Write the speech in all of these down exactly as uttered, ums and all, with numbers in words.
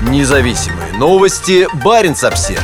Независимые новости. Баренц-Обсервер.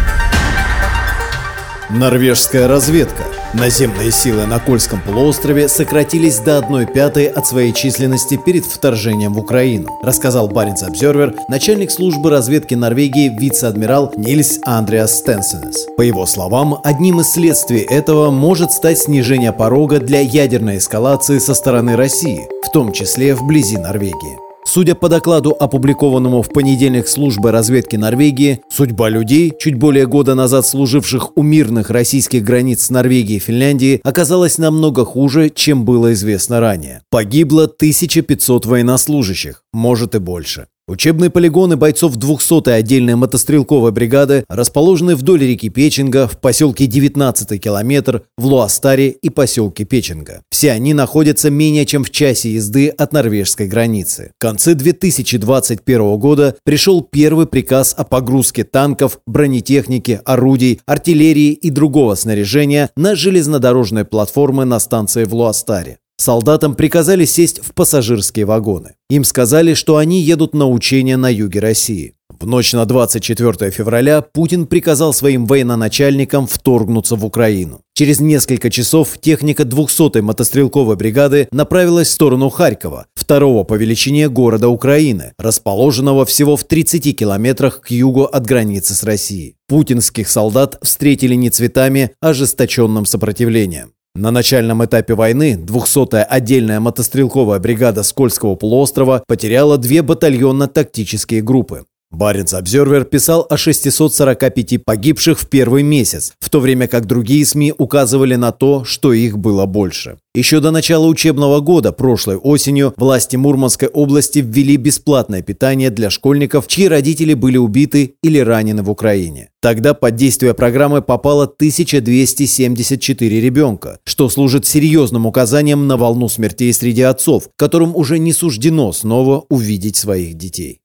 Норвежская разведка. Наземные силы на Кольском полуострове сократились до одной пятой от своей численности перед вторжением в Украину, рассказал Баренц-Обсервер начальник службы разведки Норвегии вице-адмирал Нильс Андреас Стенсенес. По его словам, одним из следствий этого может стать снижение порога для ядерной эскалации со стороны России, в том числе вблизи Норвегии. Судя по докладу, опубликованному в понедельник службой разведки Норвегии, судьба людей, чуть более года назад служивших у мирных российских границ с Норвегией и Финляндией, оказалась намного хуже, чем было известно ранее. Погибло тысяча пятьсот военнослужащих, может и больше. Учебные полигоны бойцов двухсотой отдельной мотострелковой бригады расположены вдоль реки Печенга, в поселке девятнадцатый километр, в Луастаре и поселке Печенга. Все они находятся менее чем в часе езды от норвежской границы. В конце две тысячи двадцать первого года пришел первый приказ о погрузке танков, бронетехники, орудий, артиллерии и другого снаряжения на железнодорожные платформы на станции в Луастаре. Солдатам приказали сесть в пассажирские вагоны. Им сказали, что они едут на учения на юге России. В ночь на двадцать четвёртое февраля Путин приказал своим военачальникам вторгнуться в Украину. Через несколько часов техника двухсотой мотострелковой бригады направилась в сторону Харькова, второго по величине города Украины, расположенного всего в тридцати километрах к югу от границы с Россией. Путинских солдат встретили не цветами, а ожесточенным сопротивлением. На начальном этапе войны двухсотая отдельная мотострелковая бригада с Кольского полуострова потеряла две батальонно-тактические группы. Баренц-Обсервер писал о шестистах сорока пяти погибших в первый месяц, в то время как другие СМИ указывали на то, что их было больше. Еще до начала учебного года, прошлой осенью, власти Мурманской области ввели бесплатное питание для школьников, чьи родители были убиты или ранены в Украине. Тогда под действие программы попало тысяча двести семьдесят четыре ребенка, что служит серьезным указанием на волну смертей среди отцов, которым уже не суждено снова увидеть своих детей.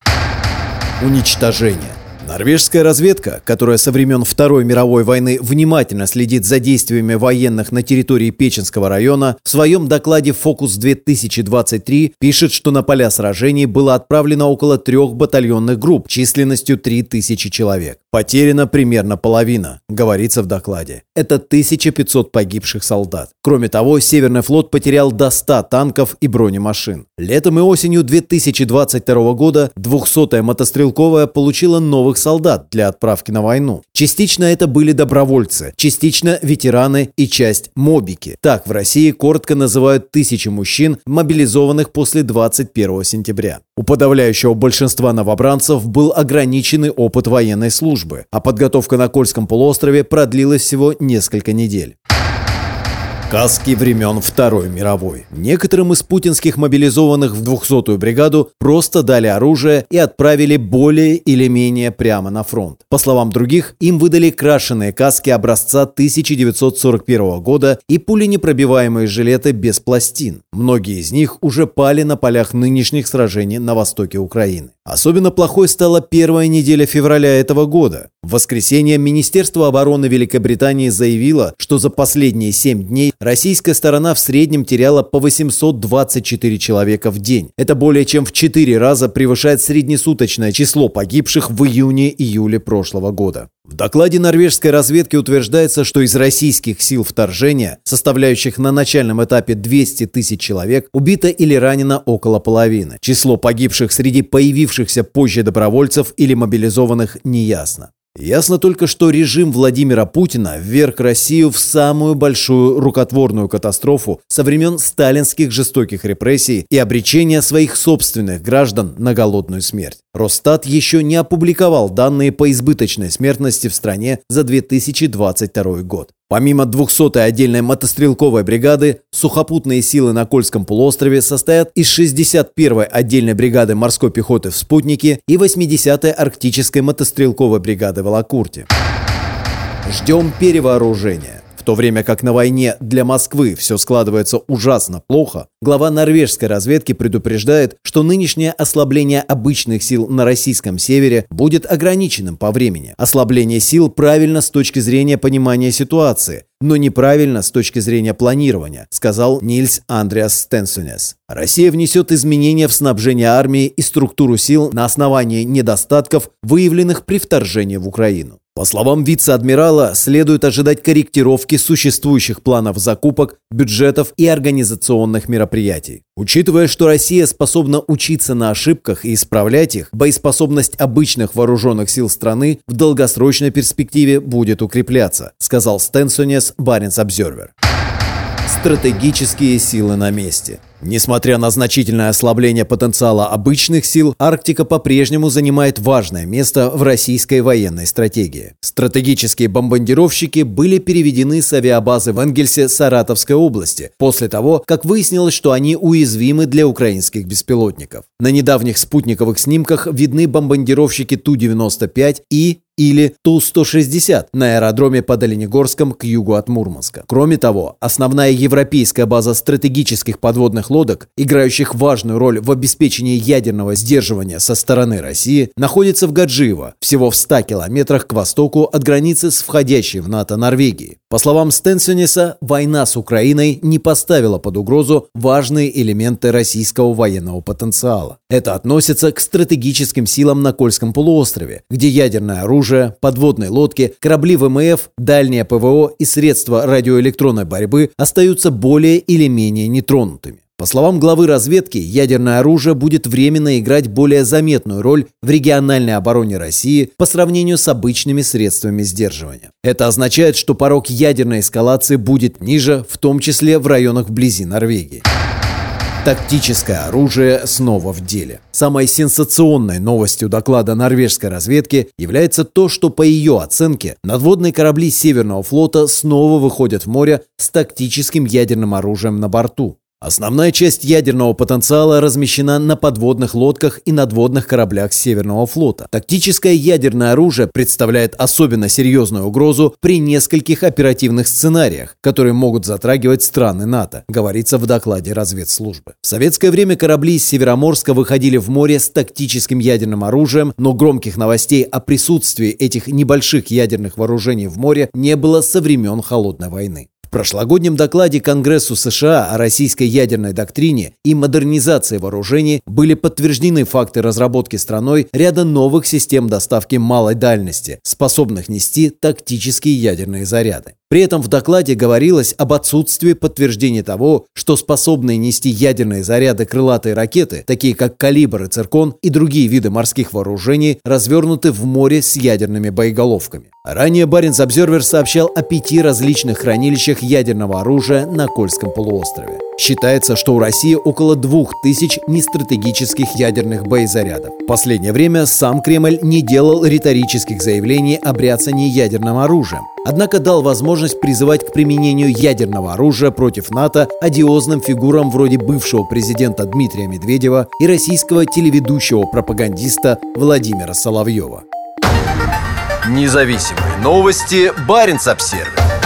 Уничтожение. Норвежская разведка, которая со времен Второй мировой войны внимательно следит за действиями военных на территории Печенского района, в своем докладе «Фокус-две тысячи двадцать три» пишет, что на поля сражений было отправлено около трех батальонных групп численностью три тысячи человек. Потеряна примерно половина, говорится в докладе. Это тысяча пятьсот погибших солдат. Кроме того, Северный флот потерял до ста танков и бронемашин. Летом и осенью две тысячи двадцать второго года двухсотая мотострелковая получила новых солдат для отправки на войну. Частично это были добровольцы, частично ветераны и часть мобики. Так в России коротко называют тысячи мужчин, мобилизованных после двадцать первого сентября. У подавляющего большинства новобранцев был ограниченный опыт военной службы, а подготовка на Кольском полуострове продлилась всего несколько недель. Каски времен Второй мировой. Некоторым из путинских мобилизованных в двухсотую бригаду просто дали оружие и отправили более или менее прямо на фронт. По словам других, им выдали крашеные каски образца тысяча девятьсот сорок первого года и пуленепробиваемые жилеты без пластин. Многие из них уже пали на полях нынешних сражений на востоке Украины. Особенно плохой стала первая неделя февраля этого года. В воскресенье Министерство обороны Великобритании заявило, что за последние семь дней российская сторона в среднем теряла по восемьсот двадцать четыре человека в день. Это более чем в четыре раза превышает среднесуточное число погибших в июне-июле прошлого года. В докладе норвежской разведки утверждается, что из российских сил вторжения, составляющих на начальном этапе двести тысяч человек, убито или ранено около половины. Число погибших среди появившихся позже добровольцев или мобилизованных неясно. Ясно только, что режим Владимира Путина вверг Россию в самую большую рукотворную катастрофу со времен сталинских жестоких репрессий и обречения своих собственных граждан на голодную смерть. Росстат еще не опубликовал данные по избыточной смертности в стране за две тысячи двадцать второй год. Помимо двухсотой отдельной мотострелковой бригады, сухопутные силы на Кольском полуострове состоят из шестьдесят первой отдельной бригады морской пехоты в Спутнике и восьмидесятой арктической мотострелковой бригады в Алакурте. Ждем перевооружения. В то время как на войне для Москвы все складывается ужасно плохо, глава норвежской разведки предупреждает, что нынешнее ослабление обычных сил на российском севере будет ограниченным по времени. Ослабление сил правильно с точки зрения понимания ситуации, но неправильно с точки зрения планирования, сказал Нильс Андреас Стенсонес. Россия внесет изменения в снабжение армии и структуру сил на основании недостатков, выявленных при вторжении в Украину. По словам вице-адмирала, следует ожидать корректировки существующих планов закупок, бюджетов и организационных мероприятий. Учитывая, что Россия способна учиться на ошибках и исправлять их, боеспособность обычных вооруженных сил страны в долгосрочной перспективе будет укрепляться, сказал Стенсонес Баренц Обзервер. Стратегические силы на месте. Несмотря на значительное ослабление потенциала обычных сил, Арктика по-прежнему занимает важное место в российской военной стратегии. Стратегические бомбардировщики были переведены с авиабазы в Энгельсе Саратовской области после того, как выяснилось, что они уязвимы для украинских беспилотников. На недавних спутниковых снимках видны бомбардировщики Ту девяносто пять и или Ту сто шестьдесят на аэродроме под Оленегорском к югу от Мурманска. Кроме того, основная европейская база стратегических подводных лодок, играющих важную роль в обеспечении ядерного сдерживания со стороны России, находится в Гаджиево, всего в ста километрах к востоку от границы с входящей в НАТО Норвегией. По словам Стенсонеса, война с Украиной не поставила под угрозу важные элементы российского военного потенциала. Это относится к стратегическим силам на Кольском полуострове, где ядерное оружие, подводные лодки, корабли ВМФ, дальнее ПВО и средства радиоэлектронной борьбы остаются более или менее нетронутыми. По словам главы разведки, ядерное оружие будет временно играть более заметную роль в региональной обороне России по сравнению с обычными средствами сдерживания. Это означает, что порог ядерной эскалации будет ниже, в том числе в районах вблизи Норвегии. Тактическое оружие снова в деле. Самой сенсационной новостью доклада норвежской разведки является то, что, по ее оценке, надводные корабли Северного флота снова выходят в море с тактическим ядерным оружием на борту. Основная часть ядерного потенциала размещена на подводных лодках и надводных кораблях Северного флота. Тактическое ядерное оружие представляет особенно серьезную угрозу при нескольких оперативных сценариях, которые могут затрагивать страны НАТО, говорится в докладе разведслужбы. В советское время корабли из Североморска выходили в море с тактическим ядерным оружием, но громких новостей о присутствии этих небольших ядерных вооружений в море не было со времен Холодной войны. В прошлогоднем докладе Конгрессу США о российской ядерной доктрине и модернизации вооружений были подтверждены факты разработки страной ряда новых систем доставки малой дальности, способных нести тактические ядерные заряды. При этом в докладе говорилось об отсутствии подтверждения того, что способные нести ядерные заряды крылатые ракеты, такие как «Калибр» и «Циркон» и другие виды морских вооружений, развернуты в море с ядерными боеголовками. Ранее Баренц Обзервер сообщал о пяти различных хранилищах ядерного оружия на Кольском полуострове. Считается, что у России около двух тысяч нестратегических ядерных боезарядов. В последнее время сам Кремль не делал риторических заявлений о бряцании ядерным оружием, однако дал возможность призывать к применению ядерного оружия против НАТО одиозным фигурам вроде бывшего президента Дмитрия Медведева и российского телеведущего пропагандиста Владимира Соловьева. Независимые новости. Баренц Обзервер.